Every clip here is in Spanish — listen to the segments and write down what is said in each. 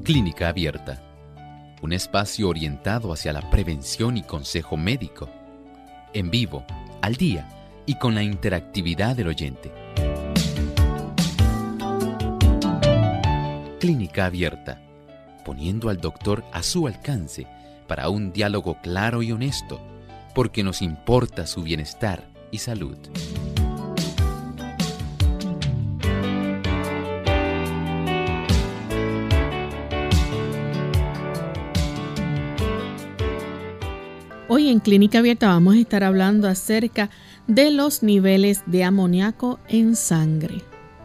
Clínica Abierta, un espacio orientado hacia la prevención y consejo médico, en vivo, al día y con la interactividad del oyente. Clínica Abierta, poniendo al doctor a su alcance para un diálogo claro y honesto, porque nos importa su bienestar y salud. Hoy en Clínica Abierta vamos a estar hablando acerca de los niveles de amoníaco en sangre.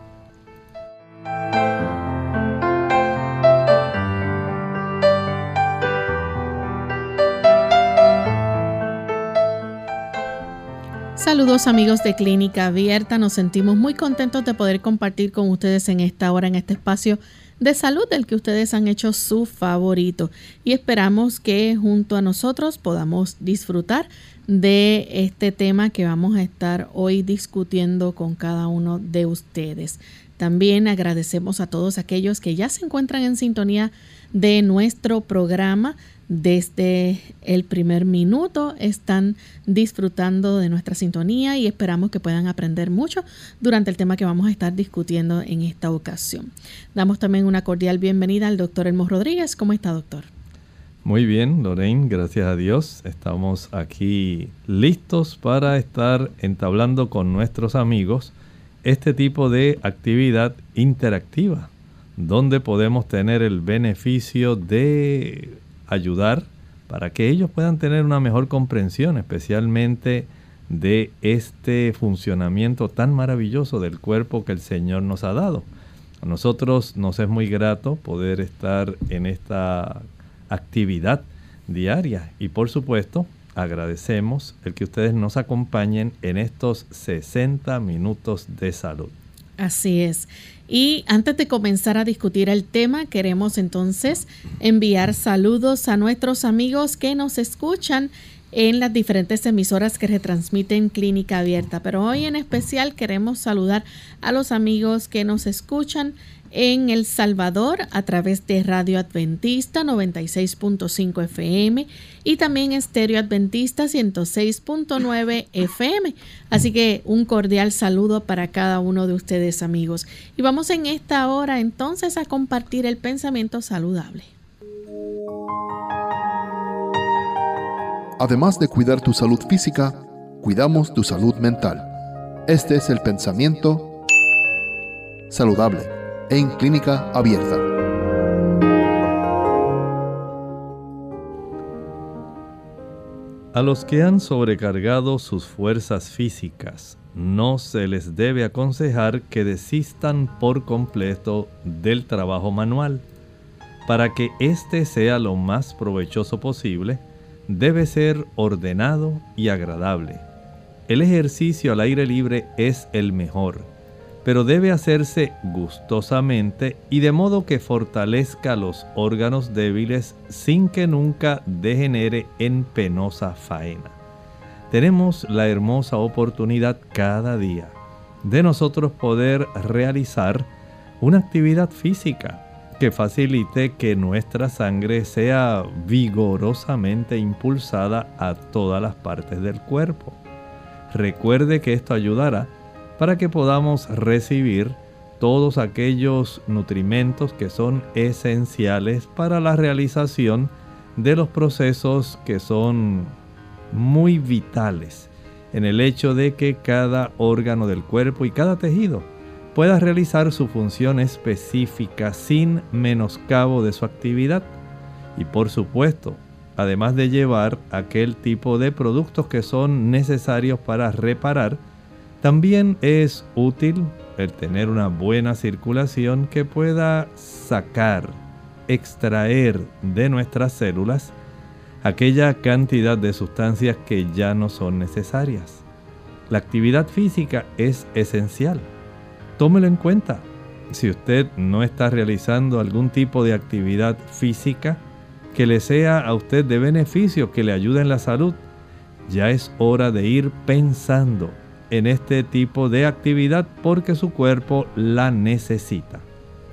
Saludos amigos de Clínica Abierta, nos sentimos muy contentos de poder compartir con ustedes en esta hora, en este espacio de salud del que ustedes han hecho su favorito, y esperamos que junto a nosotros podamos disfrutar de este tema que vamos a estar hoy discutiendo con cada uno de ustedes. También agradecemos a todos aquellos que ya se encuentran en sintonía de nuestro programa. Desde el primer minuto están disfrutando de nuestra sintonía y esperamos que puedan aprender mucho durante el tema que vamos a estar discutiendo en esta ocasión. Damos también una cordial bienvenida al doctor Elmo Rodríguez. ¿Cómo está, doctor? Muy bien, Lorraine, gracias a Dios. Estamos aquí listos para estar entablando con nuestros amigos este tipo de actividad interactiva, donde podemos tener el beneficio de ayudar para que ellos puedan tener una mejor comprensión, especialmente de este funcionamiento tan maravilloso del cuerpo que el Señor nos ha dado. A nosotros nos es muy grato poder estar en esta actividad diaria y por supuesto agradecemos el que ustedes nos acompañen en estos 60 minutos de salud. Así es. Y antes de comenzar a discutir el tema, queremos entonces enviar saludos a nuestros amigos que nos escuchan en las diferentes emisoras que retransmiten Clínica Abierta. Pero hoy en especial queremos saludar a los amigos que nos escuchan en El Salvador a través de Radio Adventista 96.5 FM y también Estéreo Adventista 106.9 FM. Así que un cordial saludo para cada uno de ustedes, amigos. Y vamos en esta hora entonces a compartir el pensamiento saludable. Además de cuidar tu salud física, cuidamos tu salud mental. Este es el pensamiento saludable en Clínica Abierta. A los que han sobrecargado sus fuerzas físicas, no se les debe aconsejar que desistan por completo del trabajo manual. Para que éste sea lo más provechoso posible, debe ser ordenado y agradable. El ejercicio al aire libre es el mejor, pero debe hacerse gustosamente y de modo que fortalezca los órganos débiles sin que nunca degenere en penosa faena. Tenemos la hermosa oportunidad cada día de nosotros poder realizar una actividad física que facilite que nuestra sangre sea vigorosamente impulsada a todas las partes del cuerpo. Recuerde que esto ayudará para que podamos recibir todos aquellos nutrimentos que son esenciales para la realización de los procesos que son muy vitales en el hecho de que cada órgano del cuerpo y cada tejido pueda realizar su función específica sin menoscabo de su actividad. Y por supuesto, además de llevar aquel tipo de productos que son necesarios para reparar, también es útil el tener una buena circulación que pueda sacar, extraer de nuestras células aquella cantidad de sustancias que ya no son necesarias. La actividad física es esencial. Tómelo en cuenta. Si usted no está realizando algún tipo de actividad física que le sea a usted de beneficio, que le ayude en la salud, ya es hora de ir pensando en este tipo de actividad porque su cuerpo la necesita.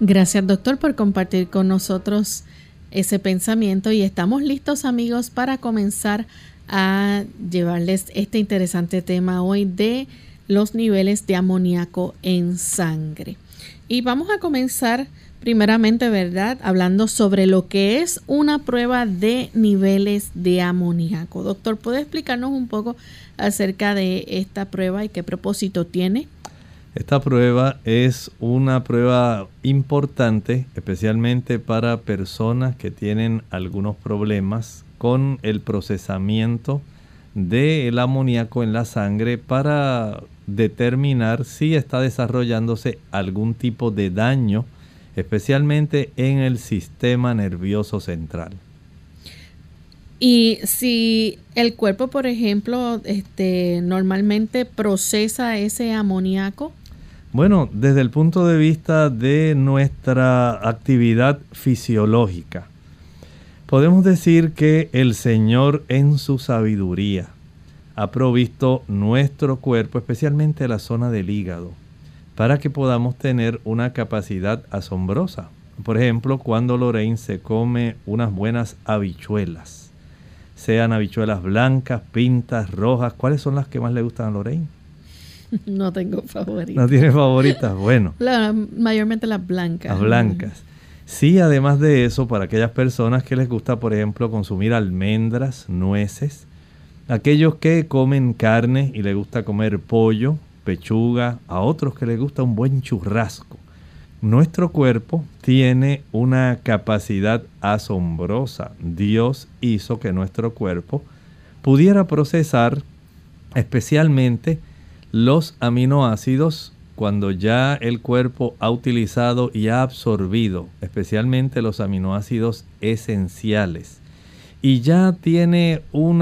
Gracias, doctor, por compartir con nosotros ese pensamiento, y estamos listos, amigos, para comenzar a llevarles este interesante tema hoy de los niveles de amoníaco en sangre. Y vamos a comenzar primeramente, ¿verdad?, hablando sobre lo que es una prueba de niveles de amoníaco. Doctor, ¿puede explicarnos un poco acerca de esta prueba y qué propósito tiene? Esta prueba es una prueba importante, especialmente para personas que tienen algunos problemas con el procesamiento del amoníaco en la sangre, para determinar si está desarrollándose algún tipo de daño, especialmente en el sistema nervioso central. Y si el cuerpo, por ejemplo, normalmente procesa ese amoníaco. Bueno, desde el punto de vista de nuestra actividad fisiológica, podemos decir que el Señor en su sabiduría ha provisto nuestro cuerpo, especialmente la zona del hígado, para que podamos tener una capacidad asombrosa. Por ejemplo, cuando Lorraine se come unas buenas habichuelas, sean habichuelas blancas, pintas, rojas, ¿cuáles son las que más le gustan a Lorraine? No tengo favoritas. ¿No tiene favoritas? Bueno. Mayormente las blancas. Las blancas. Sí, además de eso, para aquellas personas que les gusta, por ejemplo, consumir almendras, nueces, aquellos que comen carne y les gusta comer pollo, pechuga, a otros que les gusta un buen churrasco. Nuestro cuerpo tiene una capacidad asombrosa. Dios hizo que nuestro cuerpo pudiera procesar especialmente los aminoácidos cuando ya el cuerpo ha utilizado y ha absorbido especialmente los aminoácidos esenciales, y ya tiene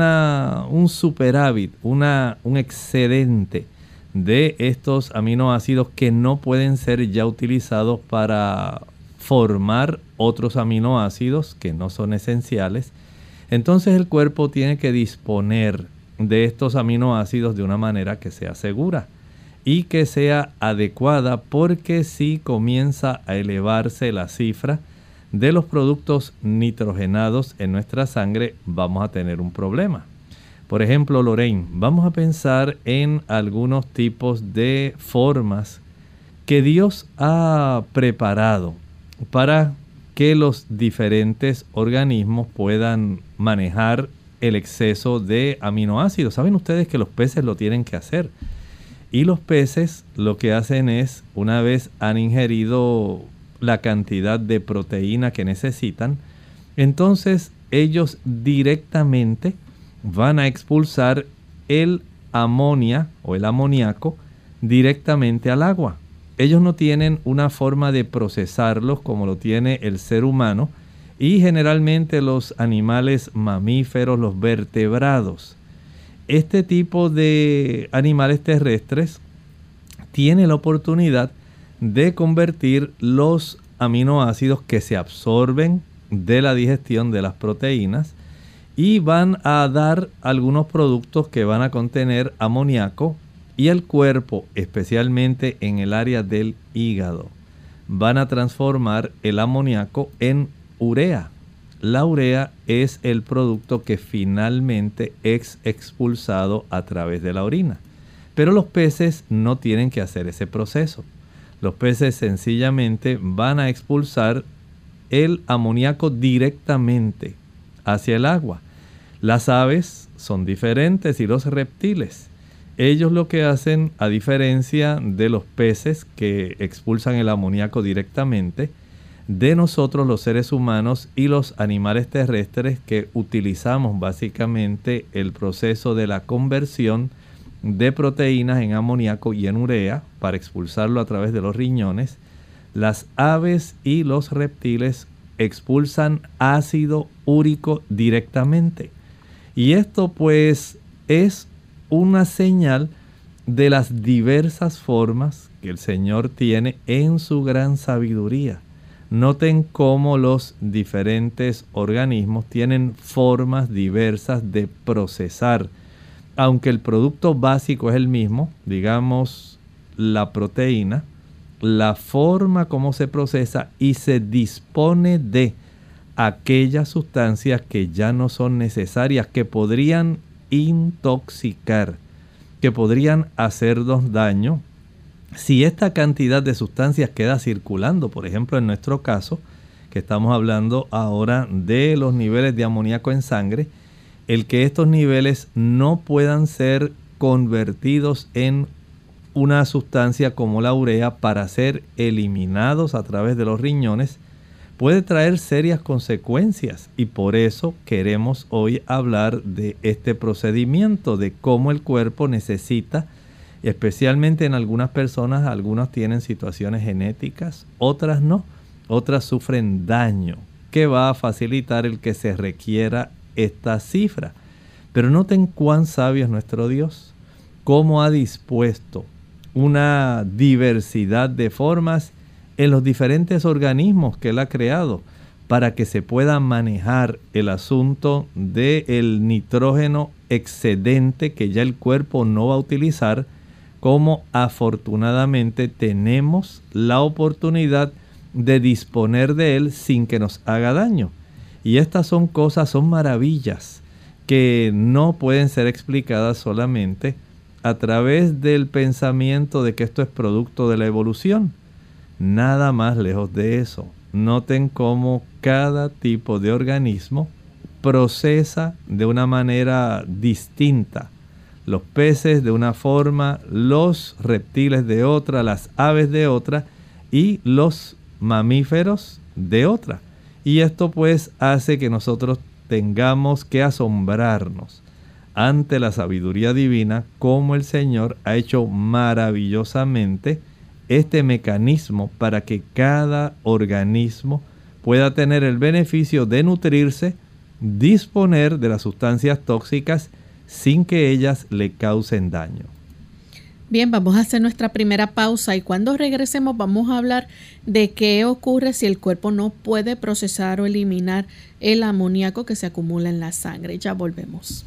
un superávit, un excedente de estos aminoácidos que no pueden ser ya utilizados para formar otros aminoácidos que no son esenciales. Entonces el cuerpo tiene que disponer de estos aminoácidos de una manera que sea segura y que sea adecuada, porque si comienza a elevarse la cifra de los productos nitrogenados en nuestra sangre, vamos a tener un problema. Por ejemplo, Lorraine, vamos a pensar en algunos tipos de formas que Dios ha preparado para que los diferentes organismos puedan manejar el exceso de aminoácidos. Saben ustedes que los peces lo tienen que hacer. Y los peces lo que hacen es, una vez han ingerido la cantidad de proteína que necesitan, entonces ellos directamente van a expulsar el amonia o el amoníaco directamente al agua. Ellos no tienen una forma de procesarlos como lo tiene el ser humano y generalmente los animales mamíferos, los vertebrados. Este tipo de animales terrestres tiene la oportunidad de convertir los aminoácidos que se absorben de la digestión de las proteínas y van a dar algunos productos que van a contener amoníaco, y el cuerpo, especialmente en el área del hígado, van a transformar el amoníaco en urea. La urea es el producto que finalmente es expulsado a través de la orina. Pero los peces no tienen que hacer ese proceso. Los peces sencillamente van a expulsar el amoníaco directamente hacia el agua. Las aves son diferentes y los reptiles. Ellos lo que hacen, a diferencia de los peces que expulsan el amoníaco directamente, de nosotros los seres humanos y los animales terrestres que utilizamos básicamente el proceso de la conversión de proteínas en amoníaco y en urea para expulsarlo a través de los riñones, las aves y los reptiles expulsan ácido úrico directamente. Y esto pues es una señal de las diversas formas que el Señor tiene en su gran sabiduría. Noten cómo los diferentes organismos tienen formas diversas de procesar. Aunque el producto básico es el mismo, digamos la proteína, la forma como se procesa y se dispone de aquellas sustancias que ya no son necesarias, que podrían intoxicar, que podrían hacernos daño. Si esta cantidad de sustancias queda circulando, por ejemplo en nuestro caso, que estamos hablando ahora de los niveles de amoníaco en sangre, el que estos niveles no puedan ser convertidos en una sustancia como la urea para ser eliminados a través de los riñones, puede traer serias consecuencias, y por eso queremos hoy hablar de este procedimiento, de cómo el cuerpo necesita, especialmente en algunas personas, algunas tienen situaciones genéticas, otras no, otras sufren daño, que va a facilitar el que se requiera esta cifra. Pero noten cuán sabio es nuestro Dios, cómo ha dispuesto una diversidad de formas en los diferentes organismos que Él ha creado para que se pueda manejar el asunto del nitrógeno excedente que ya el cuerpo no va a utilizar, como afortunadamente tenemos la oportunidad de disponer de él sin que nos haga daño. Y estas son cosas, son maravillas que no pueden ser explicadas solamente a través del pensamiento de que esto es producto de la evolución. Nada más lejos de eso. Noten cómo cada tipo de organismo procesa de una manera distinta. Los peces de una forma, los reptiles de otra, las aves de otra y los mamíferos de otra. Y esto pues hace que nosotros tengamos que asombrarnos ante la sabiduría divina, como el Señor ha hecho maravillosamente este mecanismo para que cada organismo pueda tener el beneficio de nutrirse, disponer de las sustancias tóxicas sin que ellas le causen daño. Bien, vamos a hacer nuestra primera pausa y cuando regresemos vamos a hablar de qué ocurre si el cuerpo no puede procesar o eliminar el amoníaco que se acumula en la sangre. Ya volvemos.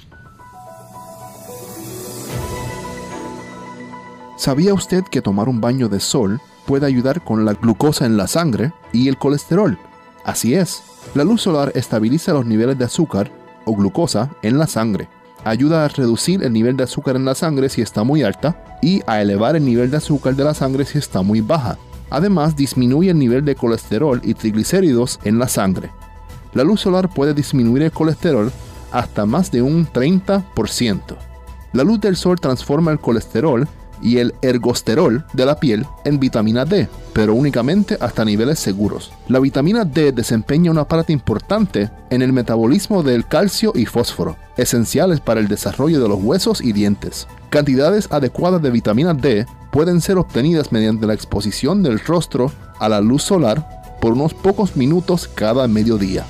¿Sabía usted que tomar un baño de sol puede ayudar con la glucosa en la sangre y el colesterol? Así es, la luz solar estabiliza los niveles de azúcar o glucosa en la sangre. Ayuda a reducir el nivel de azúcar en la sangre si está muy alta y a elevar el nivel de azúcar de la sangre si está muy baja. Además, disminuye el nivel de colesterol y triglicéridos en la sangre. La luz solar puede disminuir el colesterol hasta más de un 30%. La luz del sol transforma el colesterol y el ergosterol de la piel en vitamina D, pero únicamente hasta niveles seguros. La vitamina D desempeña una parte importante en el metabolismo del calcio y fósforo, esenciales para el desarrollo de los huesos y dientes. Cantidades adecuadas de vitamina D pueden ser obtenidas mediante la exposición del rostro a la luz solar por unos pocos minutos cada mediodía.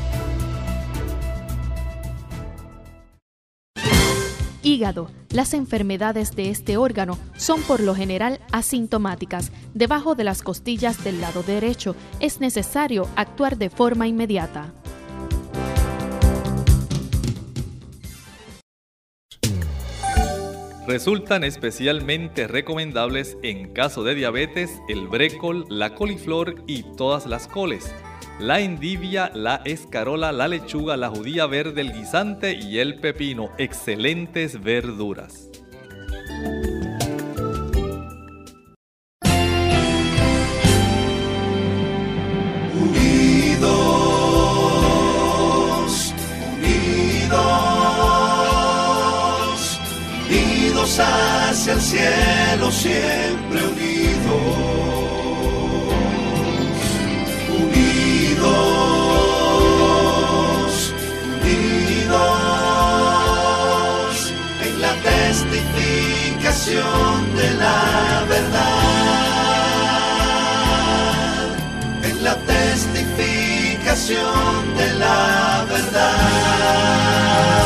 Hígado. Las enfermedades de este órgano son por lo general asintomáticas. Debajo de las costillas del lado derecho es necesario actuar de forma inmediata. Resultan especialmente recomendables en caso de diabetes el brécol, la coliflor y todas las coles, la endivia, la escarola, la lechuga, la judía verde, el guisante y el pepino. Excelentes verduras. Unidos, unidos, unidos hacia el cielo, siempre unidos. Unidos, unidos, en la testificación de la verdad, en la testificación de la verdad.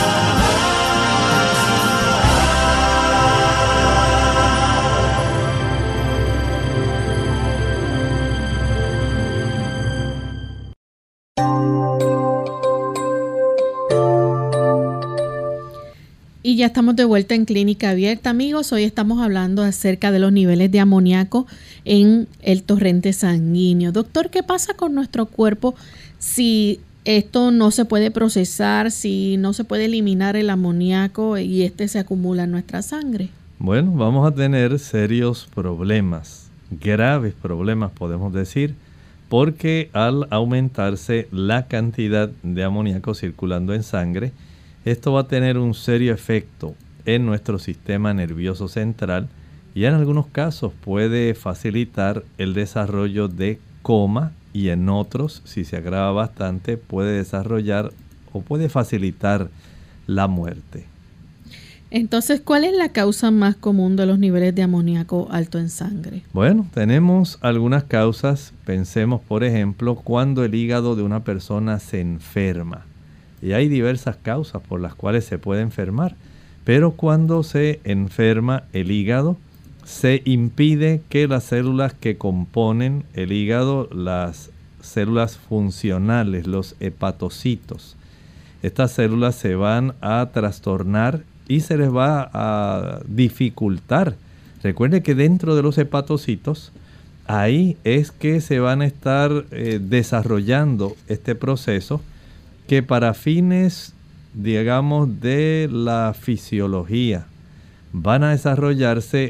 Y ya estamos de vuelta en Clínica Abierta, amigos. Hoy estamos hablando acerca de los niveles de amoníaco en el torrente sanguíneo. Doctor, ¿qué pasa con nuestro cuerpo si esto no se puede procesar, si no se puede eliminar el amoníaco y este se acumula en nuestra sangre? Bueno, vamos a tener serios problemas, graves problemas podemos decir, porque al aumentarse la cantidad de amoníaco circulando en sangre, esto va a tener un serio efecto en nuestro sistema nervioso central y en algunos casos puede facilitar el desarrollo de coma y en otros, si se agrava bastante, puede desarrollar o puede facilitar la muerte. Entonces, ¿cuál es la causa más común de los niveles de amoníaco alto en sangre? Bueno, tenemos algunas causas. Pensemos, por ejemplo, cuando el hígado de una persona se enferma. Y hay diversas causas por las cuales se puede enfermar. Pero cuando se enferma el hígado, se impide que las células que componen el hígado, las células funcionales, los hepatocitos, estas células se van a trastornar y se les va a dificultar. Recuerde que dentro de los hepatocitos, ahí es que se van a estar desarrollando este proceso que para fines, digamos, de la fisiología, van a desarrollarse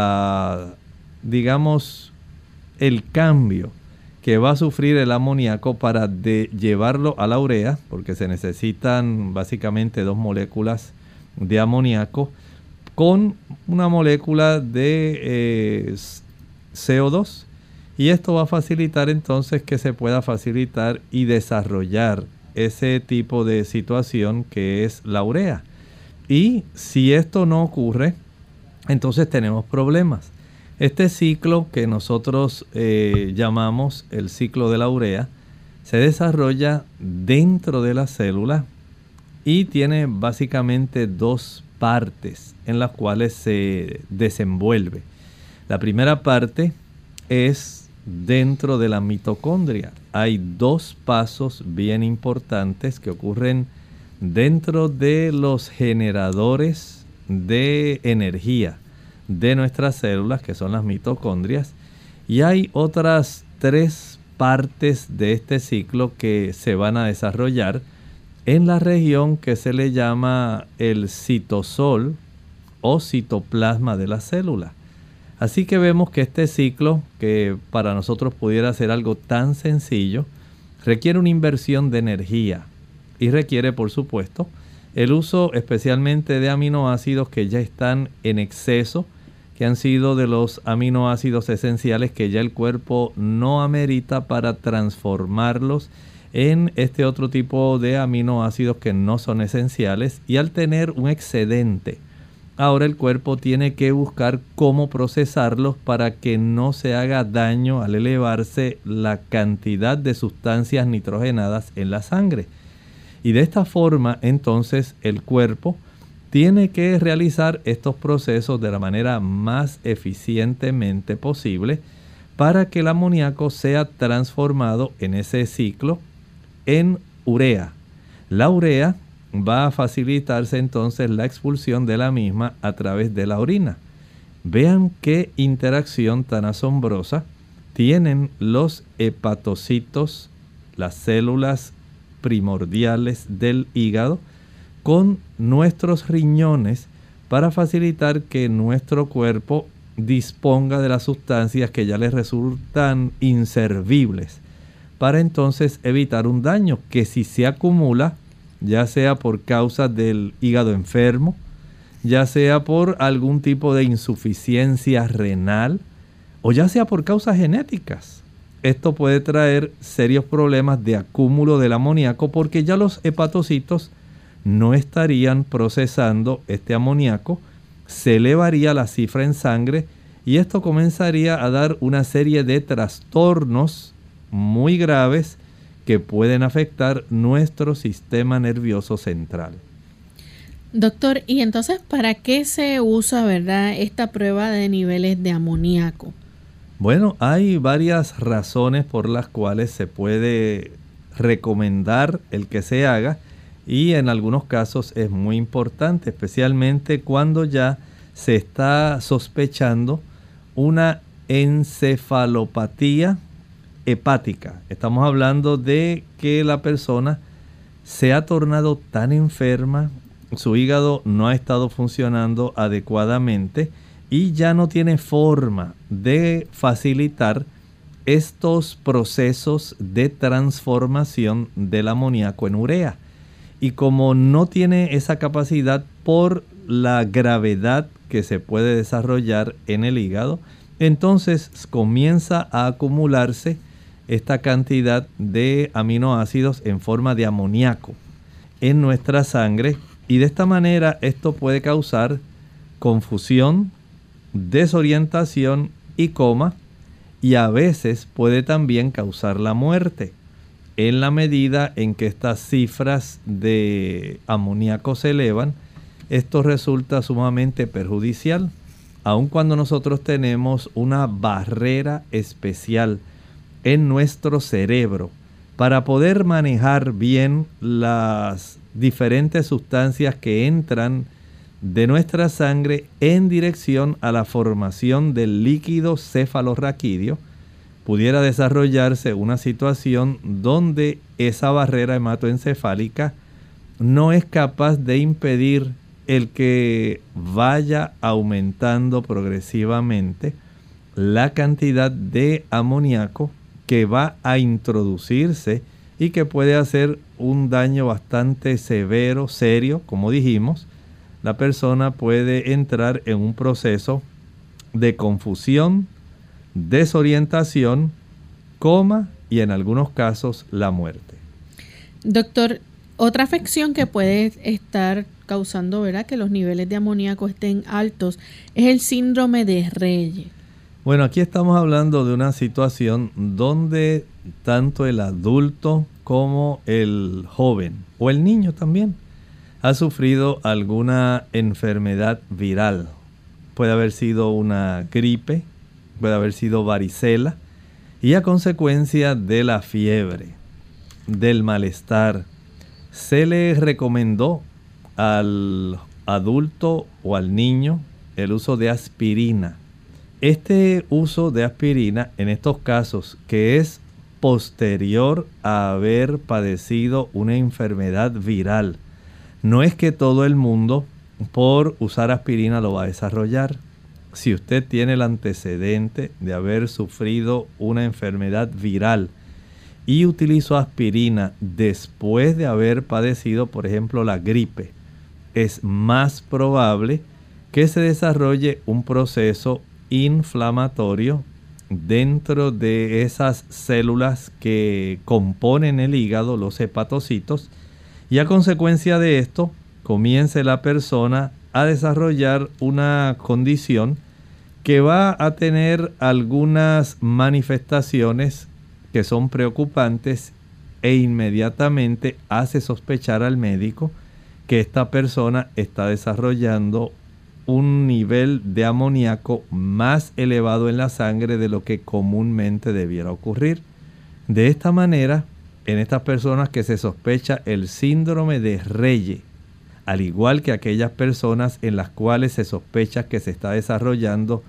el cambio que va a sufrir el amoníaco para llevarlo a la urea, porque se necesitan básicamente 2 moléculas de amoníaco con una molécula de CO2, y esto va a facilitar entonces que se pueda facilitar y desarrollar ese tipo de situación que es la urea. Y si esto no ocurre, entonces tenemos problemas. Este ciclo que nosotros llamamos el ciclo de la urea se desarrolla dentro de la célula y tiene básicamente 2 partes en las cuales se desenvuelve. La primera parte es dentro de la mitocondria. Hay 2 pasos bien importantes que ocurren dentro de los generadores de energía de nuestras células, que son las mitocondrias, y hay otras 3 partes de este ciclo que se van a desarrollar en la región que se le llama el citosol o citoplasma de la célula. Así que vemos que este ciclo, que para nosotros pudiera ser algo tan sencillo, requiere una inversión de energía y requiere, por supuesto, el uso especialmente de aminoácidos que ya están en exceso, que han sido de los aminoácidos esenciales que ya el cuerpo no amerita para transformarlos en este otro tipo de aminoácidos que no son esenciales, y al tener un excedente, ahora el cuerpo tiene que buscar cómo procesarlos para que no se haga daño al elevarse la cantidad de sustancias nitrogenadas en la sangre. Y de esta forma, entonces, el cuerpo tiene que realizar estos procesos de la manera más eficientemente posible para que el amoníaco sea transformado en ese ciclo en urea. La urea va a facilitarse entonces la expulsión de la misma a través de la orina. Vean qué interacción tan asombrosa tienen los hepatocitos, las células primordiales del hígado, con nuestros riñones para facilitar que nuestro cuerpo disponga de las sustancias que ya les resultan inservibles, para entonces evitar un daño que si se acumula, ya sea por causa del hígado enfermo, ya sea por algún tipo de insuficiencia renal o ya sea por causas genéticas. Esto puede traer serios problemas de acúmulo del amoníaco porque ya los hepatocitos no estarían procesando este amoníaco, se elevaría la cifra en sangre y esto comenzaría a dar una serie de trastornos muy graves que pueden afectar nuestro sistema nervioso central. Doctor, ¿y entonces para qué se usa, verdad, esta prueba de niveles de amoníaco? Bueno, hay varias razones por las cuales se puede recomendar el que se haga y en algunos casos es muy importante, especialmente cuando ya se está sospechando una encefalopatía hepática. Estamos hablando de que la persona se ha tornado tan enferma, su hígado no ha estado funcionando adecuadamente y ya no tiene forma de facilitar estos procesos de transformación del amoníaco en urea. Y como no tiene esa capacidad por la gravedad que se puede desarrollar en el hígado, entonces comienza a acumularse esta cantidad de aminoácidos en forma de amoníaco en nuestra sangre, y de esta manera esto puede causar confusión, desorientación y coma, y a veces puede también causar la muerte. En la medida en que estas cifras de amoníaco se elevan, esto resulta sumamente perjudicial, aun cuando nosotros tenemos una barrera especial en nuestro cerebro para poder manejar bien las diferentes sustancias que entran de nuestra sangre en dirección a la formación del líquido cefalorraquídeo. Pudiera desarrollarse una situación donde esa barrera hematoencefálica no es capaz de impedir el que vaya aumentando progresivamente la cantidad de amoníaco que va a introducirse y que puede hacer un daño bastante severo, serio, como dijimos. La persona puede entrar en un proceso de confusión, desorientación, coma y en algunos casos la muerte. Doctor, otra afección que puede estar causando, ¿verdad?, que los niveles de amoníaco estén altos es el síndrome de Reye. Bueno, aquí estamos hablando de una situación donde tanto el adulto como el joven o el niño también ha sufrido alguna enfermedad viral. Puede haber sido una gripe, puede haber sido varicela, y a consecuencia de la fiebre, del malestar, se le recomendó al adulto o al niño el uso de aspirina. Este uso de aspirina en estos casos, que es posterior a haber padecido una enfermedad viral, no es que todo el mundo por usar aspirina lo va a desarrollar. Si usted tiene el antecedente de haber sufrido una enfermedad viral y utilizó aspirina después de haber padecido, por ejemplo, la gripe, es más probable que se desarrolle un proceso inflamatorio dentro de esas células que componen el hígado, los hepatocitos, y a consecuencia de esto comience la persona a desarrollar una condición que va a tener algunas manifestaciones que son preocupantes e inmediatamente hace sospechar al médico que esta persona está desarrollando un nivel de amoníaco más elevado en la sangre de lo que comúnmente debiera ocurrir. De esta manera, en estas personas que se sospecha el síndrome de Reye, al igual que aquellas personas en las cuales se sospecha que se está desarrollando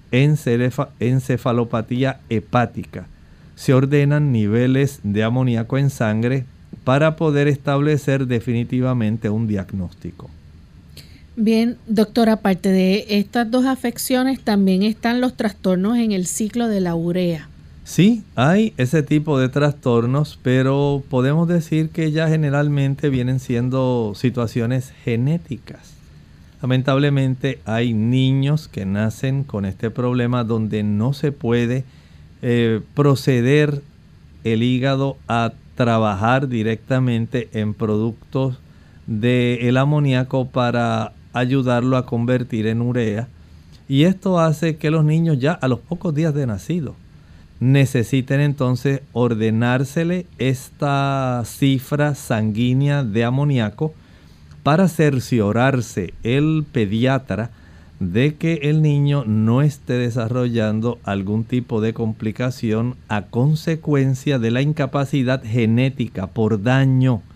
encefalopatía hepática, se ordenan niveles de amoníaco en sangre para poder establecer definitivamente un diagnóstico. Bien, doctor, aparte de estas dos afecciones, también están los trastornos en el ciclo de la urea. Sí, hay ese tipo de trastornos, pero podemos decir que ya generalmente vienen siendo situaciones genéticas. Lamentablemente hay niños que nacen con este problema donde no se puede proceder el hígado a trabajar directamente en productos del amoníaco para ayudarlo a convertir en urea. Y esto hace que los niños ya a los pocos días de nacido necesiten entonces ordenársele esta cifra sanguínea de amoníaco para cerciorarse el pediatra de que el niño no esté desarrollando algún tipo de complicación a consecuencia de la incapacidad genética por daño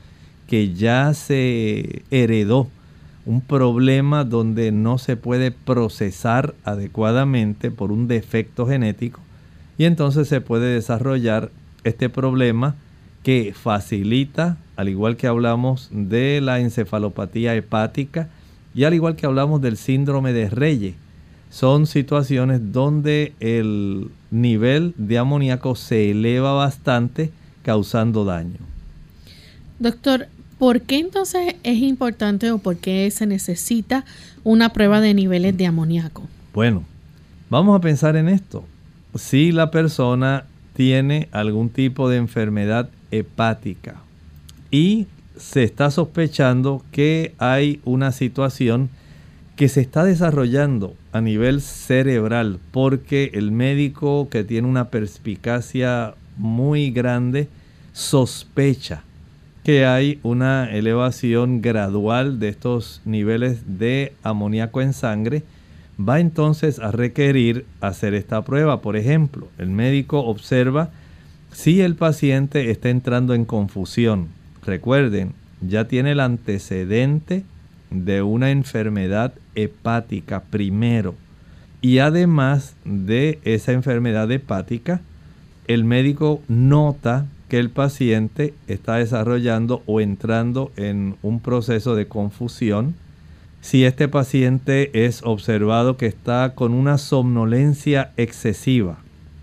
que ya se heredó un problema donde no se puede procesar adecuadamente por un defecto genético, y entonces se puede desarrollar este problema que facilita, al igual que hablamos de la encefalopatía hepática y al igual que hablamos del síndrome de Reye. Son situaciones donde el nivel de amoníaco se eleva bastante, causando daño. Doctor, ¿por qué entonces es importante o por qué se necesita una prueba de niveles de amoníaco? Bueno, vamos a pensar en esto. Si la persona tiene algún tipo de enfermedad hepática y se está sospechando que hay una situación que se está desarrollando a nivel cerebral, porque el médico, que tiene una perspicacia muy grande, sospecha que hay una elevación gradual de estos niveles de amoníaco en sangre, va entonces a requerir hacer esta prueba. Por ejemplo, el médico observa si el paciente está entrando en confusión. Recuerden, ya tiene el antecedente de una enfermedad hepática primero. Y además de esa enfermedad hepática, el médico nota que el paciente está desarrollando o entrando en un proceso de confusión. Si este paciente es observado que está con una somnolencia excesiva.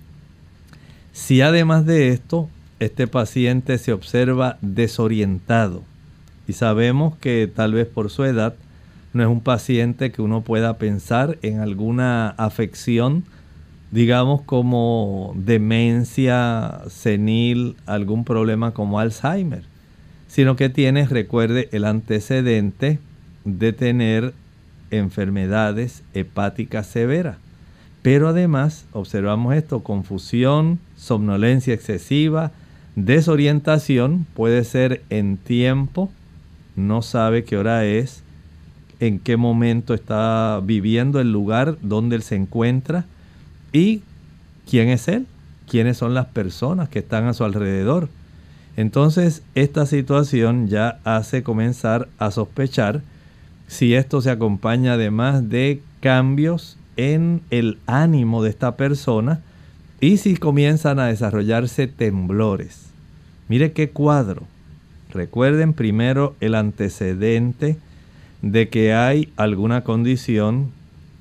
Si además de esto, este paciente se observa desorientado. Y sabemos que tal vez por su edad no es un paciente que uno pueda pensar en alguna afección, digamos como demencia senil, algún problema como Alzheimer, sino que tiene, recuerde, el antecedente de tener enfermedades hepáticas severas. Pero además observamos esto: confusión, somnolencia excesiva, desorientación, puede ser en tiempo, no sabe qué hora es, en qué momento está viviendo, el lugar donde él se encuentra y quién es él, quiénes son las personas que están a su alrededor. Entonces esta situación ya hace comenzar a sospechar si esto se acompaña además de cambios en el ánimo de esta persona y si comienzan a desarrollarse temblores. Mire qué cuadro. Recuerden primero el antecedente de que hay alguna condición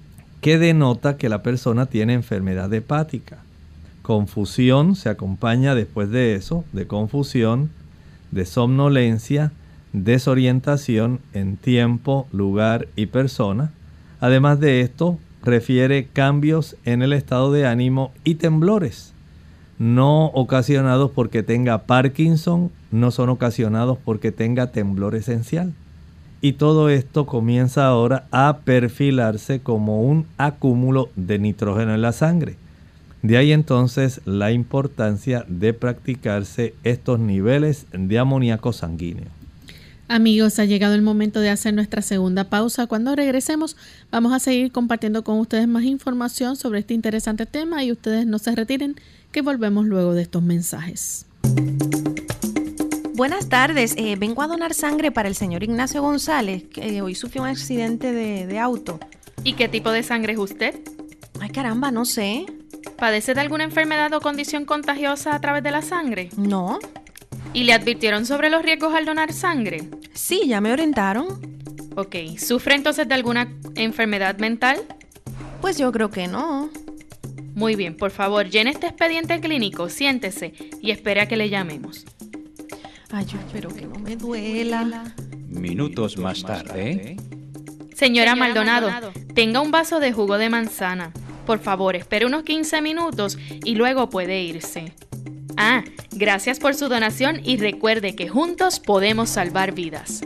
que denota que la persona tiene enfermedad hepática. Confusión se acompaña después de eso, de confusión, de somnolencia, desorientación en tiempo, lugar y persona. Además de esto, refiere cambios en el estado de ánimo y temblores, no ocasionados porque tenga Parkinson, no son ocasionados porque tenga temblor esencial. Y todo esto comienza ahora a perfilarse como un acúmulo de nitrógeno en la sangre. De ahí entonces la importancia de practicarse estos niveles de amoníaco sanguíneo. Amigos, ha llegado el momento de hacer nuestra segunda pausa. Cuando regresemos, vamos a seguir compartiendo con ustedes más información sobre este interesante tema y ustedes no se retiren, que volvemos luego de estos mensajes. Buenas tardes, vengo a donar sangre para el señor Ignacio González, que hoy sufrió un accidente de auto. ¿Y qué tipo de sangre es usted? Ay, caramba, no sé. ¿Padece de alguna enfermedad o condición contagiosa a través de la sangre? No. ¿Y le advirtieron sobre los riesgos al donar sangre? Sí, ya me orientaron. Ok, ¿sufre entonces de alguna enfermedad mental? Pues yo creo que no. Muy bien, por favor, llene este expediente clínico, siéntese y espere a que le llamemos. Ay, yo espero que no me duela. Minutos más tarde. Señora Maldonado, tenga un vaso de jugo de manzana. Por favor, espere unos 15 minutos y luego puede irse. Ah, gracias por su donación y recuerde que juntos podemos salvar vidas.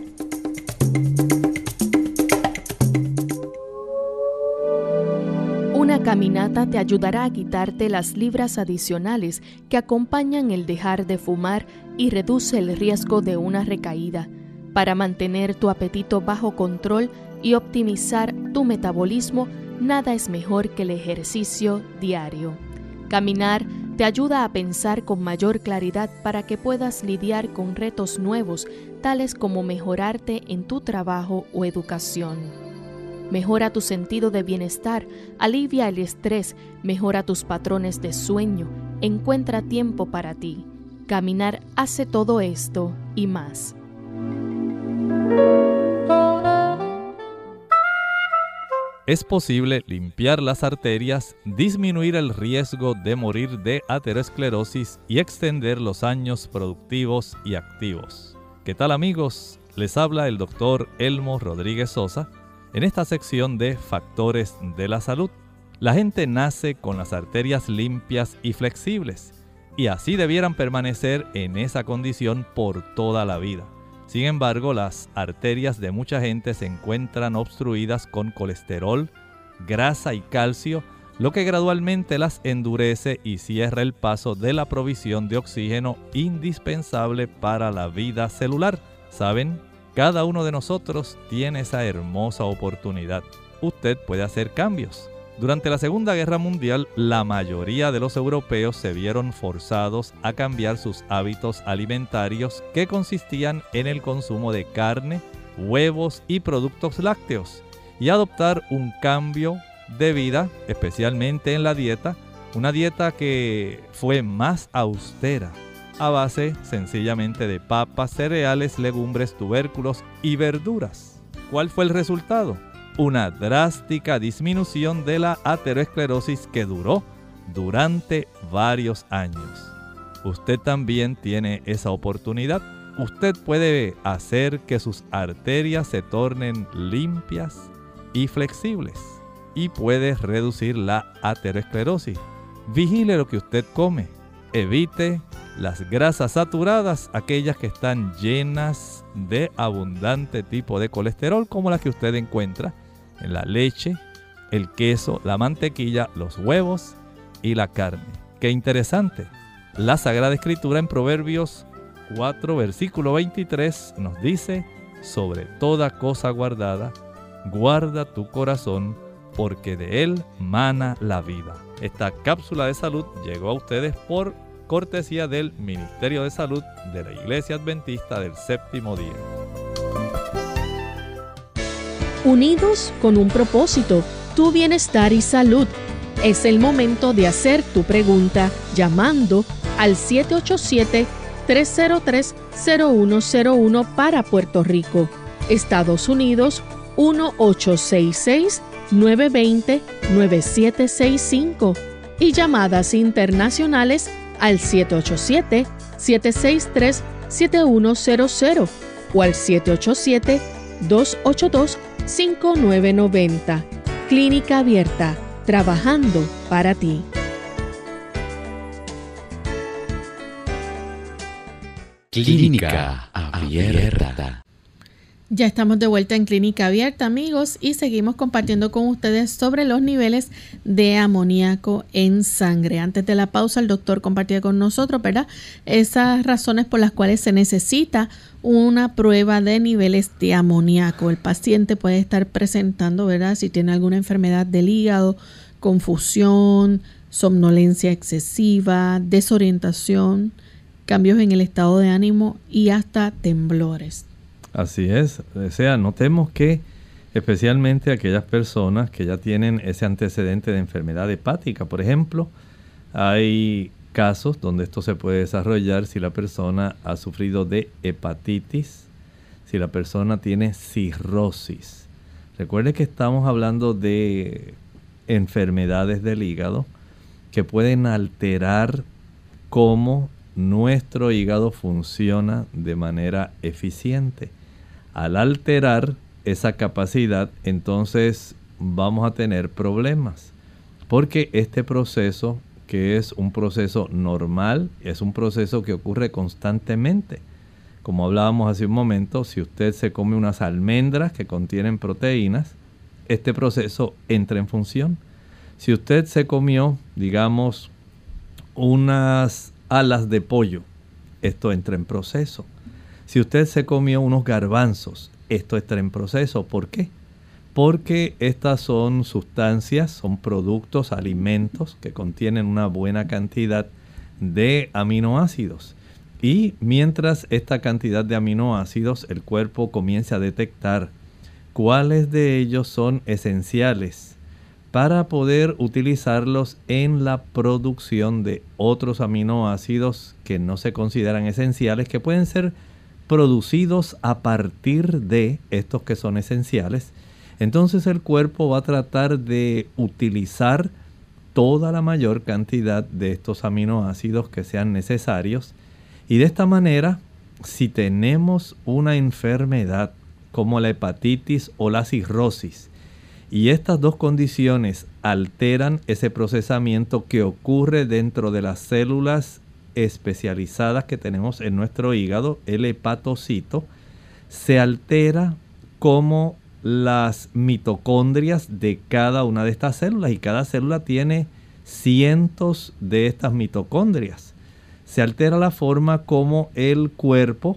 Una caminata te ayudará a quitarte las libras adicionales que acompañan el dejar de fumar y reduce el riesgo de una recaída. Para mantener tu apetito bajo control y optimizar tu metabolismo, nada es mejor que el ejercicio diario. Caminar Te ayuda a pensar con mayor claridad para que puedas lidiar con retos nuevos, tales como mejorarte en tu trabajo o educación. Mejora tu sentido de bienestar, alivia el estrés, mejora tus patrones de sueño, encuentra tiempo para ti. Caminar hace todo esto y más. Es posible limpiar las arterias, disminuir el riesgo de morir de aterosclerosis y extender los años productivos y activos. ¿Qué tal, amigos? Les habla el doctor Elmo Rodríguez Sosa en esta sección de Factores de la Salud. La gente nace con las arterias limpias y flexibles y así debieran permanecer en esa condición por toda la vida. Sin embargo, las arterias de mucha gente se encuentran obstruidas con colesterol, grasa y calcio, lo que gradualmente las endurece y cierra el paso de la provisión de oxígeno indispensable para la vida celular. ¿Saben? Cada uno de nosotros tiene esa hermosa oportunidad. Usted puede hacer cambios. Durante la Segunda Guerra Mundial, la mayoría de los europeos se vieron forzados a cambiar sus hábitos alimentarios que consistían en el consumo de carne, huevos y productos lácteos y adoptar un cambio de vida, especialmente en la dieta, una dieta que fue más austera, a base sencillamente de papas, cereales, legumbres, tubérculos y verduras. ¿Cuál fue el resultado? Una drástica disminución de la aterosclerosis que duró durante varios años. Usted también tiene esa oportunidad. Usted puede hacer que sus arterias se tornen limpias y flexibles y puede reducir la aterosclerosis. Vigile lo que usted come. Evite las grasas saturadas, aquellas que están llenas de abundante tipo de colesterol, como las que usted encuentra en la leche, el queso, la mantequilla, los huevos y la carne. ¡Qué interesante! La Sagrada Escritura en Proverbios 4, versículo 23 nos dice: sobre toda cosa guardada, guarda tu corazón, porque de él mana la vida. Esta cápsula de salud llegó a ustedes por cortesía del Ministerio de Salud de la Iglesia Adventista del Séptimo Día. Unidos con un propósito, tu bienestar y salud. Es el momento de hacer tu pregunta llamando al 787-303-0101 para Puerto Rico, Estados Unidos 1866-920-9765 y llamadas internacionales al 787-763-7100 o al 787-282-5990. Clínica Abierta, trabajando para ti. Clínica Abierta. Ya estamos de vuelta en Clínica Abierta, amigos, y seguimos compartiendo con ustedes sobre los niveles de amoníaco en sangre. Antes de la pausa, el doctor compartía con nosotros, ¿verdad?, esas razones por las cuales se necesita una prueba de niveles de amoníaco. El paciente puede estar presentando, ¿verdad?, si tiene alguna enfermedad del hígado, confusión, somnolencia excesiva, desorientación, cambios en el estado de ánimo y hasta temblores. Así es, o sea, notemos que especialmente aquellas personas que ya tienen ese antecedente de enfermedad hepática, por ejemplo, hay casos donde esto se puede desarrollar si la persona ha sufrido de hepatitis, si la persona tiene cirrosis. Recuerde que estamos hablando de enfermedades del hígado que pueden alterar cómo nuestro hígado funciona de manera eficiente. Al alterar esa capacidad, entonces vamos a tener problemas, porque este proceso, que es un proceso normal, es un proceso que ocurre constantemente. Como hablábamos hace un momento, si usted se come unas almendras que contienen proteínas, este proceso entra en función. Si usted se comió, digamos, unas alas de pollo, esto entra en proceso. Si usted se comió unos garbanzos, esto está en proceso. ¿Por qué? Porque estas son sustancias, son productos, alimentos que contienen una buena cantidad de aminoácidos. Y mientras esta cantidad de aminoácidos el cuerpo comience a detectar cuáles de ellos son esenciales para poder utilizarlos en la producción de otros aminoácidos que no se consideran esenciales, que pueden ser producidos a partir de estos que son esenciales, entonces el cuerpo va a tratar de utilizar toda la mayor cantidad de estos aminoácidos que sean necesarios. Y de esta manera, si tenemos una enfermedad como la hepatitis o la cirrosis, y estas dos condiciones alteran ese procesamiento que ocurre dentro de las células especializadas que tenemos en nuestro hígado, el hepatocito, se altera como las mitocondrias de cada una de estas células, y cada célula tiene cientos de estas mitocondrias. Se altera la forma como el cuerpo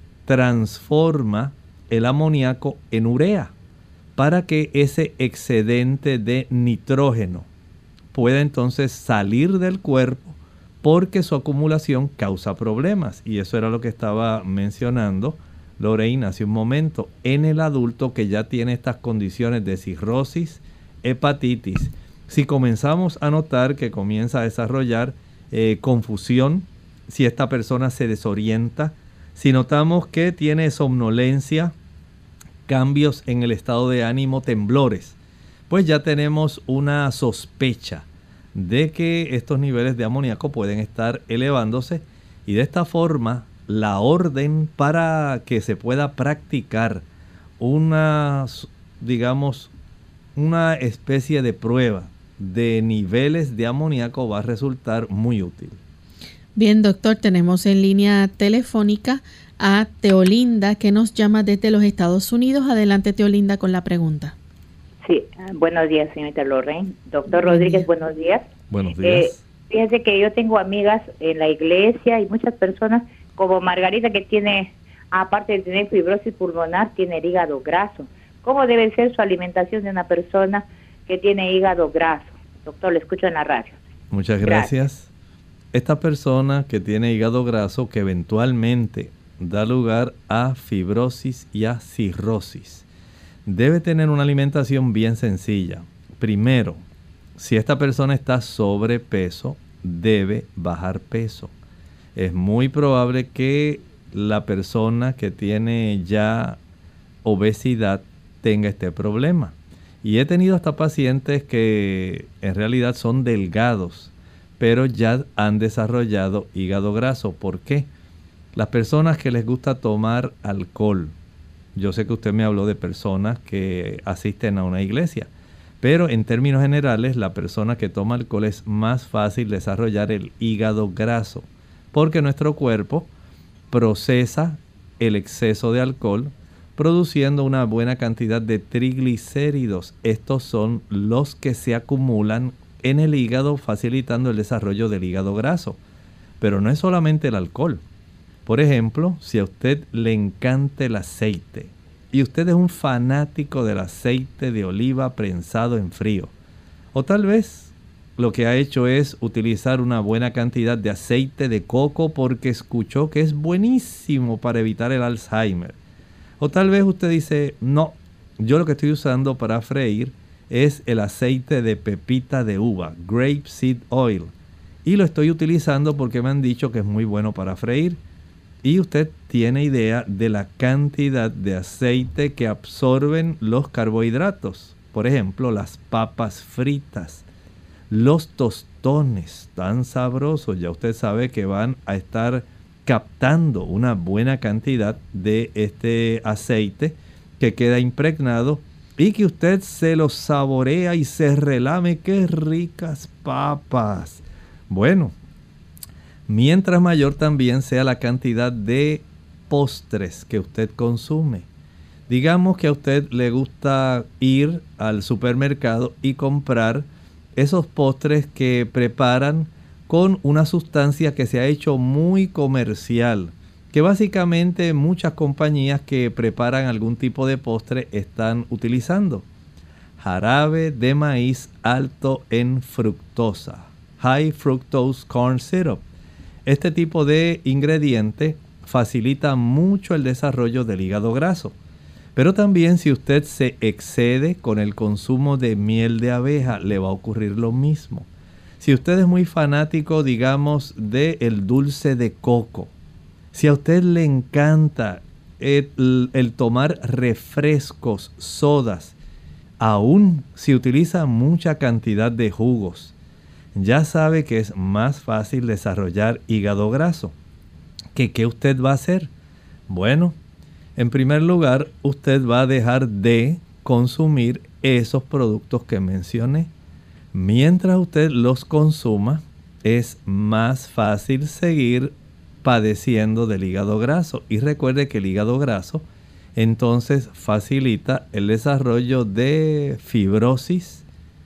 transforma el amoníaco en urea para que ese excedente de nitrógeno pueda entonces salir del cuerpo, porque su acumulación causa problemas. Y eso era lo que estaba mencionando Lorraine hace un momento. En el adulto que ya tiene estas condiciones de cirrosis, hepatitis, si comenzamos a notar que comienza a desarrollar confusión, si esta persona se desorienta, si notamos que tiene somnolencia, cambios en el estado de ánimo, temblores, pues ya tenemos una sospecha de que estos niveles de amoníaco pueden estar elevándose, y de esta forma la orden para que se pueda practicar una, digamos, una especie de prueba de niveles de amoníaco va a resultar muy útil. Bien, doctor, tenemos en línea telefónica a Teolinda, que nos llama desde los Estados Unidos. Adelante, Teolinda, con la pregunta. Sí, buenos días, señorita Lorraine. Doctor Rodríguez, buenos días. Buenos días. Fíjese que yo tengo amigas en la iglesia y muchas personas, como Margarita, que tiene, aparte de tener fibrosis pulmonar, tiene el hígado graso. ¿Cómo debe ser su alimentación de una persona que tiene hígado graso? Doctor, le escucho en la radio. Muchas gracias. Esta persona que tiene hígado graso, que eventualmente da lugar a fibrosis y a cirrosis, debe tener una alimentación bien sencilla. Primero, si esta persona está sobrepeso, debe bajar peso. Es muy probable que la persona que tiene ya obesidad tenga este problema. Y he tenido hasta pacientes que en realidad son delgados, pero ya han desarrollado hígado graso. ¿Por qué? Las personas que les gusta tomar alcohol. Yo sé que usted me habló de personas que asisten a una iglesia, pero en términos generales, la persona que toma alcohol es más fácil desarrollar el hígado graso, porque nuestro cuerpo procesa el exceso de alcohol, produciendo una buena cantidad de triglicéridos. Estos son los que se acumulan en el hígado, facilitando el desarrollo del hígado graso. Pero no es solamente el alcohol. Por ejemplo, si a usted le encanta el aceite y usted es un fanático del aceite de oliva prensado en frío, o tal vez lo que ha hecho es utilizar una buena cantidad de aceite de coco porque escuchó que es buenísimo para evitar el Alzheimer, o tal vez usted dice, no, yo lo que estoy usando para freír es el aceite de pepita de uva, grapeseed oil, y lo estoy utilizando porque me han dicho que es muy bueno para freír. Y usted tiene idea de la cantidad de aceite que absorben los carbohidratos. Por ejemplo, las papas fritas, los tostones tan sabrosos. Ya usted sabe que van a estar captando una buena cantidad de este aceite que queda impregnado y que usted se lo saborea y se relame. ¡Qué ricas papas! Bueno, mientras mayor también sea la cantidad de postres que usted consume. Digamos que a usted le gusta ir al supermercado y comprar esos postres que preparan con una sustancia que se ha hecho muy comercial, que básicamente muchas compañías que preparan algún tipo de postre están utilizando. Jarabe de maíz alto en fructosa, High Fructose Corn Syrup. Este tipo de ingrediente facilita mucho el desarrollo del hígado graso. Pero también si usted se excede con el consumo de miel de abeja, le va a ocurrir lo mismo. Si usted es muy fanático, digamos, del dulce de coco, si a usted le encanta el tomar refrescos, sodas, aún si utiliza mucha cantidad de jugos, ya sabe que es más fácil desarrollar hígado graso. ¿Qué usted va a hacer? Bueno, en primer lugar, usted va a dejar de consumir esos productos que mencioné. Mientras usted los consuma, es más fácil seguir padeciendo del hígado graso. Y recuerde que el hígado graso entonces facilita el desarrollo de fibrosis,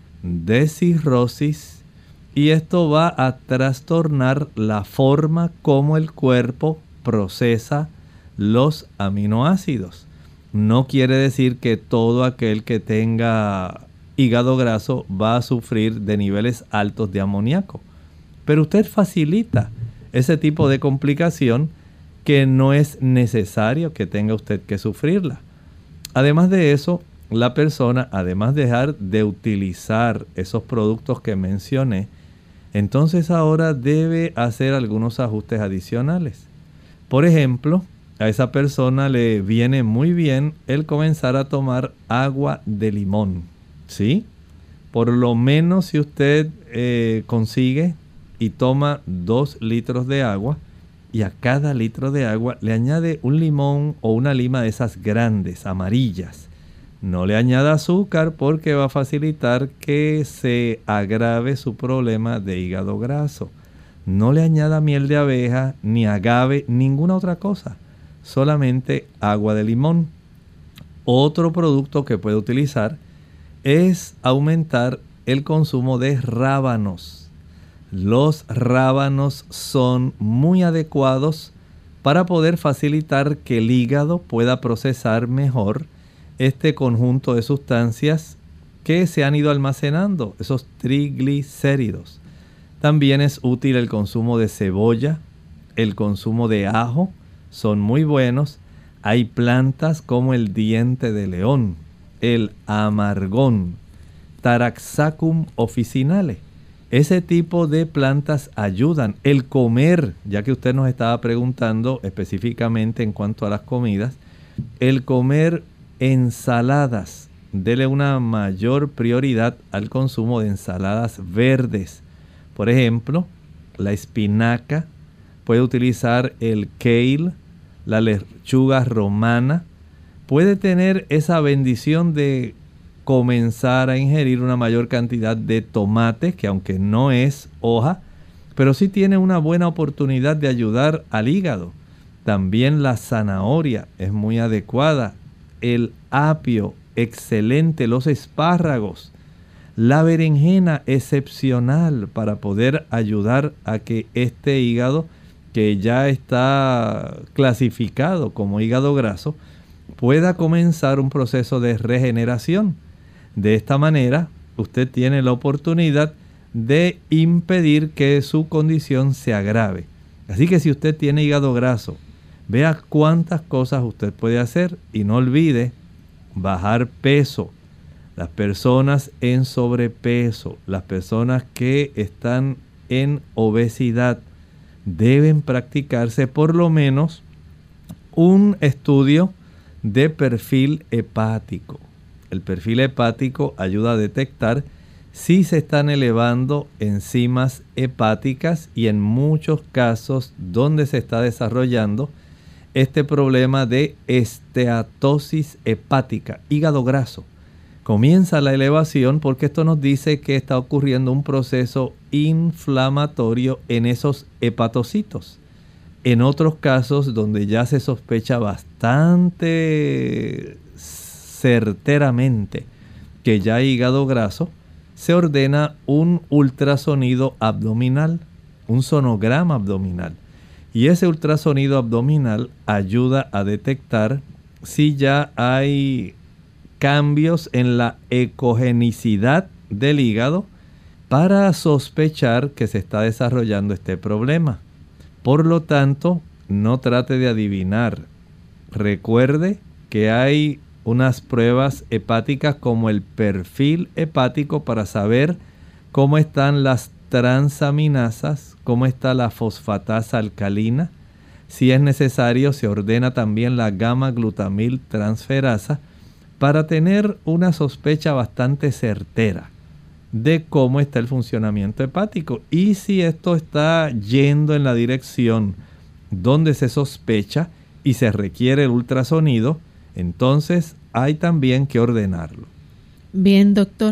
de cirrosis, y esto va a trastornar la forma como el cuerpo procesa los aminoácidos. No quiere decir que todo aquel que tenga hígado graso va a sufrir de niveles altos de amoníaco, pero usted facilita ese tipo de complicación que no es necesario que tenga usted que sufrirla. Además de eso, la persona, además de dejar de utilizar esos productos que mencioné, entonces ahora debe hacer algunos ajustes adicionales. Por ejemplo, a esa persona le viene muy bien el comenzar a tomar agua de limón, ¿sí? Por lo menos si usted consigue y toma 2 litros de agua, y a cada litro de agua le añade un limón o una lima de esas grandes, amarillas. No le añada azúcar porque va a facilitar que se agrave su problema de hígado graso. No le añada miel de abeja, ni agave, ninguna otra cosa. Solamente agua de limón. Otro producto que puede utilizar es aumentar el consumo de rábanos. Los rábanos son muy adecuados para poder facilitar que el hígado pueda procesar mejor este conjunto de sustancias que se han ido almacenando, esos triglicéridos. También es útil el consumo de cebolla, el consumo de ajo, son muy buenos. Hay plantas como el diente de león, el amargón, Taraxacum officinale. Ese tipo de plantas ayudan. El comer, ya que usted nos estaba preguntando específicamente en cuanto a las comidas, el comer ensaladas, dele una mayor prioridad al consumo de ensaladas verdes. Por ejemplo, la espinaca, puede utilizar el kale, la lechuga romana. Puede tener esa bendición de comenzar a ingerir una mayor cantidad de tomate, que aunque no es hoja, pero sí tiene una buena oportunidad de ayudar al hígado. También la zanahoria es muy adecuada. El apio, excelente. Los espárragos. La berenjena, excepcional para poder ayudar a que este hígado, que ya está clasificado como hígado graso, pueda comenzar un proceso de regeneración. De esta manera, usted tiene la oportunidad de impedir que su condición se agrave. Así que si usted tiene hígado graso, vea cuántas cosas usted puede hacer y no olvide bajar peso. Las personas en sobrepeso, las personas que están en obesidad, deben practicarse por lo menos un estudio de perfil hepático. El perfil hepático ayuda a detectar si se están elevando enzimas hepáticas y en muchos casos donde se está desarrollando este problema de esteatosis hepática, hígado graso. Comienza la elevación porque esto nos dice que está ocurriendo un proceso inflamatorio en esos hepatocitos. En otros casos donde ya se sospecha bastante certeramente que ya hay hígado graso, se ordena un ultrasonido abdominal, un sonograma abdominal. Y ese ultrasonido abdominal ayuda a detectar si ya hay cambios en la ecogenicidad del hígado para sospechar que se está desarrollando este problema. Por lo tanto, no trate de adivinar. Recuerde que hay unas pruebas hepáticas como el perfil hepático para saber cómo están las transaminasas, cómo está la fosfatasa alcalina. Si es necesario, se ordena también la gamma-glutamil transferasa para tener una sospecha bastante certera de cómo está el funcionamiento hepático. Y si esto está yendo en la dirección donde se sospecha y se requiere el ultrasonido, entonces hay también que ordenarlo. Bien, doctor.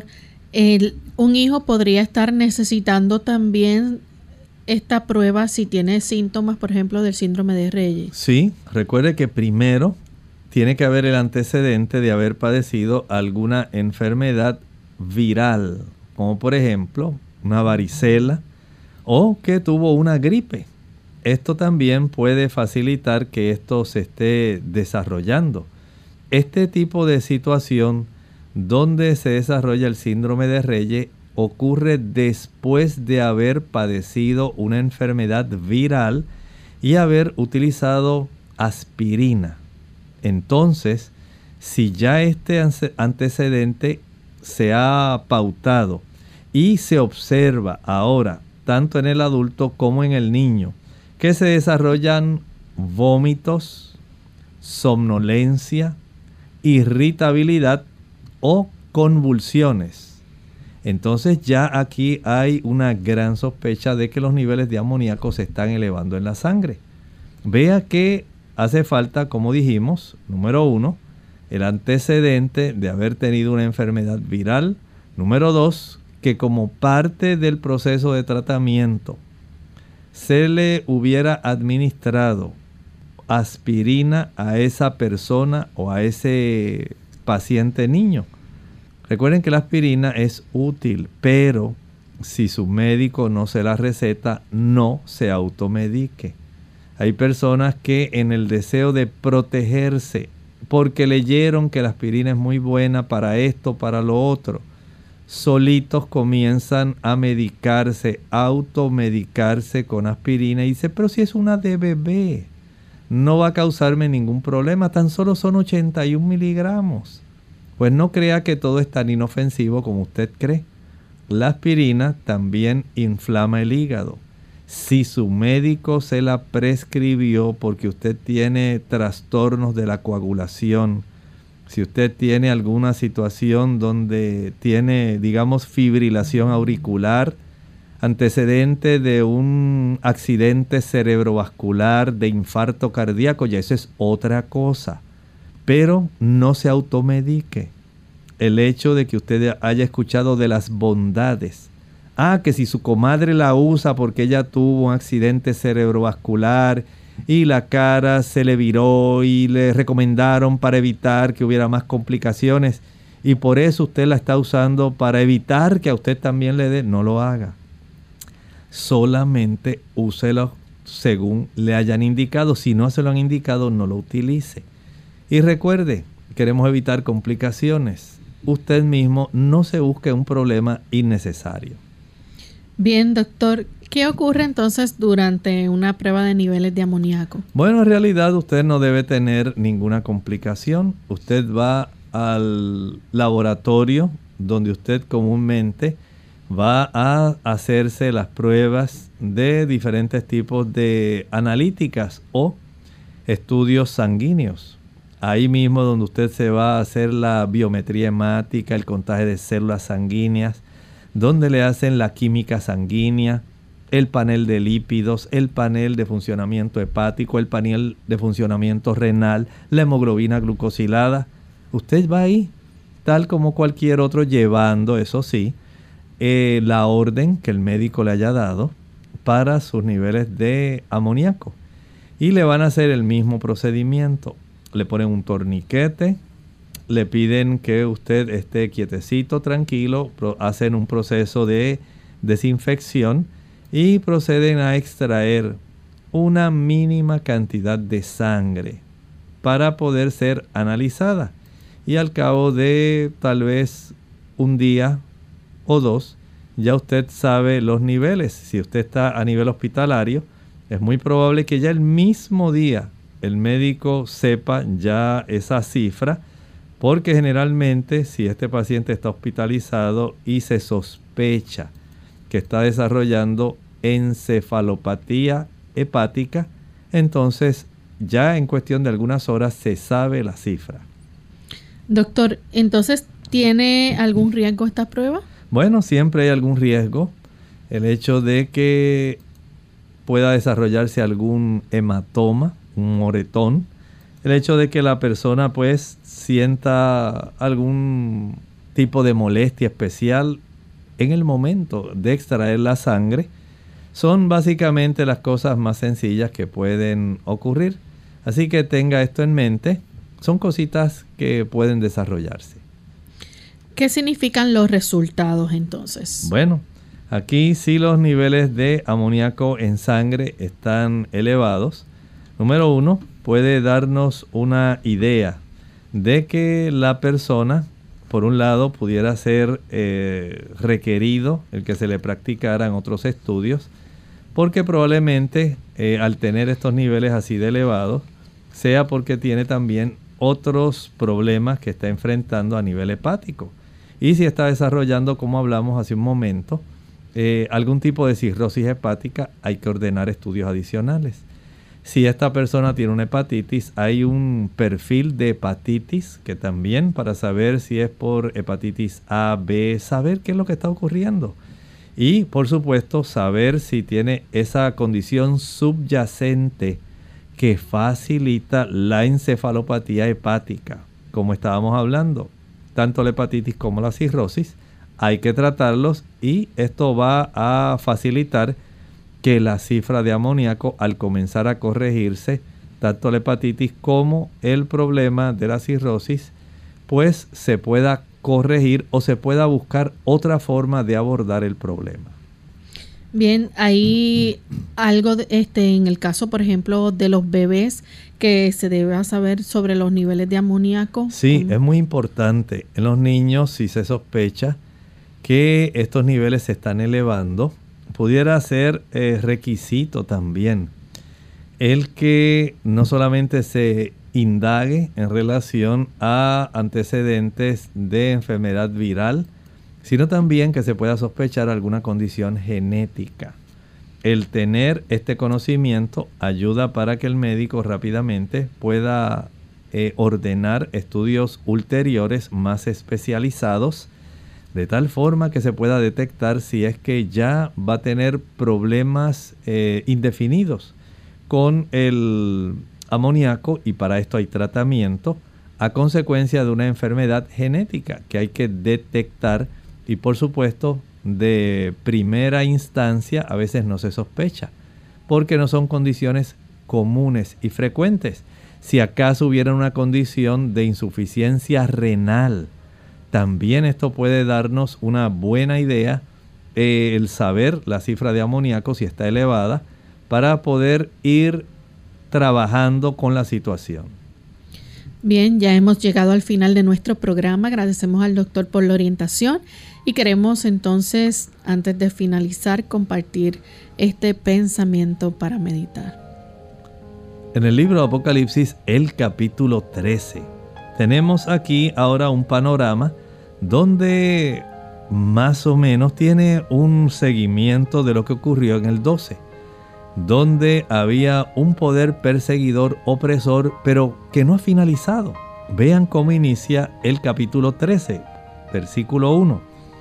Un hijo podría estar necesitando también esta prueba si tiene síntomas, por ejemplo, del síndrome de Reyes. Sí, recuerde que primero tiene que haber el antecedente de haber padecido alguna enfermedad viral, como por ejemplo una varicela o que tuvo una gripe. Esto también puede facilitar que esto se esté desarrollando. Este tipo de situación donde se desarrolla el síndrome de Reyes ocurre después de haber padecido una enfermedad viral y haber utilizado aspirina. Entonces, si ya este antecedente se ha pautado y se observa ahora, tanto en el adulto como en el niño, que se desarrollan vómitos, somnolencia, irritabilidad o convulsiones, entonces ya aquí hay una gran sospecha de que los niveles de amoníaco se están elevando en la sangre. Vea que hace falta, como dijimos, número 1, el antecedente de haber tenido una enfermedad viral. Número 2, que como parte del proceso de tratamiento se le hubiera administrado aspirina a esa persona o a ese paciente niño. Recuerden que la aspirina es útil, pero si su médico no se la receta, no se automedique. Hay personas que en el deseo de protegerse, porque leyeron que la aspirina es muy buena para esto, para lo otro, solitos comienzan a medicarse, automedicarse con aspirina y dice, pero si es una de bebé, no va a causarme ningún problema, tan solo son 81 miligramos. Pues no crea que todo es tan inofensivo como usted cree. La aspirina también inflama el hígado. Si su médico se la prescribió porque usted tiene trastornos de la coagulación, si usted tiene alguna situación donde tiene, digamos, fibrilación auricular, antecedente de un accidente cerebrovascular, de infarto cardíaco, ya eso es otra cosa. Pero no se automedique. El hecho de que usted haya escuchado de las bondades. Que si su comadre la usa porque ella tuvo un accidente cerebrovascular y la cara se le viró y le recomendaron para evitar que hubiera más complicaciones y por eso usted la está usando para evitar que a usted también le dé, no lo haga. Solamente úselo según le hayan indicado. Si no se lo han indicado, no lo utilice. Y recuerde, queremos evitar complicaciones. Usted mismo no se busque un problema innecesario. Bien, doctor, ¿qué ocurre entonces durante una prueba de niveles de amoníaco? Bueno, en realidad usted no debe tener ninguna complicación. Usted va al laboratorio donde usted comúnmente va a hacerse las pruebas de diferentes tipos de analíticas o estudios sanguíneos. Ahí mismo donde usted se va a hacer la biometría hemática, el contagio de células sanguíneas, donde le hacen la química sanguínea, el panel de lípidos, el panel de funcionamiento hepático, el panel de funcionamiento renal, la hemoglobina glucosilada. Usted va ahí, tal como cualquier otro, llevando, eso sí, la orden que el médico le haya dado para sus niveles de amoníaco. Y le van a hacer el mismo procedimiento. Le ponen un torniquete, le piden que usted esté quietecito, tranquilo, hacen un proceso de desinfección y proceden a extraer una mínima cantidad de sangre para poder ser analizada. Y al cabo de tal vez un día o dos, ya usted sabe los niveles. Si usted está a nivel hospitalario, es muy probable que ya el mismo día el médico sepa ya esa cifra, porque generalmente si este paciente está hospitalizado y se sospecha que está desarrollando encefalopatía hepática, entonces ya en cuestión de algunas horas se sabe la cifra. Doctor, entonces, ¿tiene algún riesgo esta prueba? Bueno, siempre hay algún riesgo. El hecho de que pueda desarrollarse algún hematoma, un moretón, el hecho de que la persona pues sienta algún tipo de molestia especial en el momento de extraer la sangre, son básicamente las cosas más sencillas que pueden ocurrir. Así que tenga esto en mente, son cositas que pueden desarrollarse. ¿Qué significan los resultados entonces? Bueno, aquí si los niveles de amoníaco en sangre están elevados, número 1, puede darnos una idea de que la persona, por un lado, pudiera ser requerido el que se le practicaran otros estudios, porque probablemente al tener estos niveles así de elevados, sea porque tiene también otros problemas que está enfrentando a nivel hepático. Y si está desarrollando, como hablamos hace un momento, algún tipo de cirrosis hepática, hay que ordenar estudios adicionales. Si esta persona tiene una hepatitis, hay un perfil de hepatitis que también, para saber si es por hepatitis A, B, saber qué es lo que está ocurriendo. Y, por supuesto, saber si tiene esa condición subyacente que facilita la encefalopatía hepática. Como estábamos hablando, tanto la hepatitis como la cirrosis, hay que tratarlos y esto va a facilitar que la cifra de amoníaco, al comenzar a corregirse, tanto la hepatitis como el problema de la cirrosis, pues se pueda corregir o se pueda buscar otra forma de abordar el problema. Bien, hay algo en el caso, por ejemplo, de los bebés que se debe saber sobre los niveles de amoníaco. Sí, es muy importante. En los niños, si se sospecha que estos niveles se están elevando, pudiera ser requisito también el que no solamente se indague en relación a antecedentes de enfermedad viral, sino también que se pueda sospechar alguna condición genética. El tener este conocimiento ayuda para que el médico rápidamente pueda ordenar estudios ulteriores más especializados, de tal forma que se pueda detectar si es que ya va a tener problemas indefinidos con el amoníaco, y para esto hay tratamiento a consecuencia de una enfermedad genética que hay que detectar, y por supuesto de primera instancia a veces no se sospecha porque no son condiciones comunes y frecuentes. Si acaso hubiera una condición de insuficiencia renal, también esto puede darnos una buena idea, el saber la cifra de amoníaco si está elevada, para poder ir trabajando con la situación. Bien, ya hemos llegado al final de nuestro programa. Agradecemos al doctor por la orientación y queremos entonces, antes de finalizar, compartir este pensamiento para meditar. En el libro de Apocalipsis, el capítulo 13, tenemos aquí ahora un panorama donde más o menos tiene un seguimiento de lo que ocurrió en el 12, donde había un poder perseguidor, opresor, pero que no ha finalizado. Vean cómo inicia el capítulo 13, versículo 1.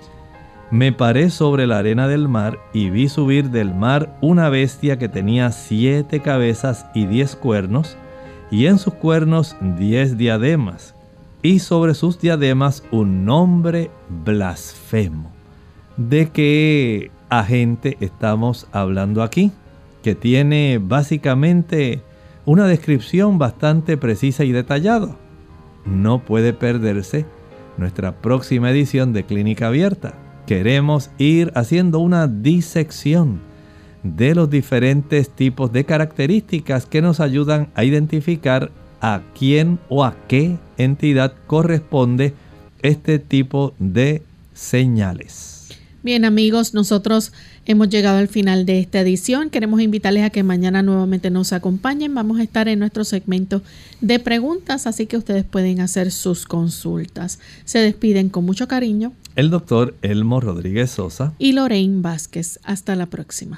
Me paré sobre la arena del mar y vi subir del mar una bestia que tenía 7 cabezas y 10 cuernos, y en sus cuernos 10 diademas, y sobre sus diademas un nombre blasfemo. ¿De qué agente estamos hablando aquí? Que tiene básicamente una descripción bastante precisa y detallada. No puede perderse nuestra próxima edición de Clínica Abierta. Queremos ir haciendo una disección de los diferentes tipos de características que nos ayudan a identificar a quién o a qué entidad corresponde este tipo de señales. Bien, amigos, nosotros Hemos llegado al final de esta edición. Queremos invitarles a que mañana nuevamente nos acompañen. Vamos a estar en nuestro segmento de preguntas, así que ustedes pueden hacer sus consultas. Se despiden con mucho cariño el doctor Elmo Rodríguez Sosa y Lorraine Vázquez. Hasta la próxima.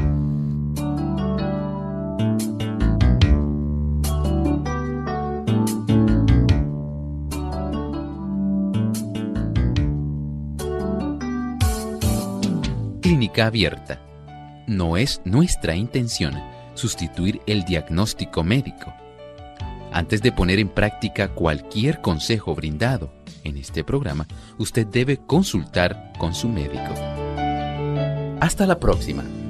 Clínica Abierta. No es nuestra intención sustituir el diagnóstico médico. Antes de poner en práctica cualquier consejo brindado en este programa, usted debe consultar con su médico. Hasta la próxima.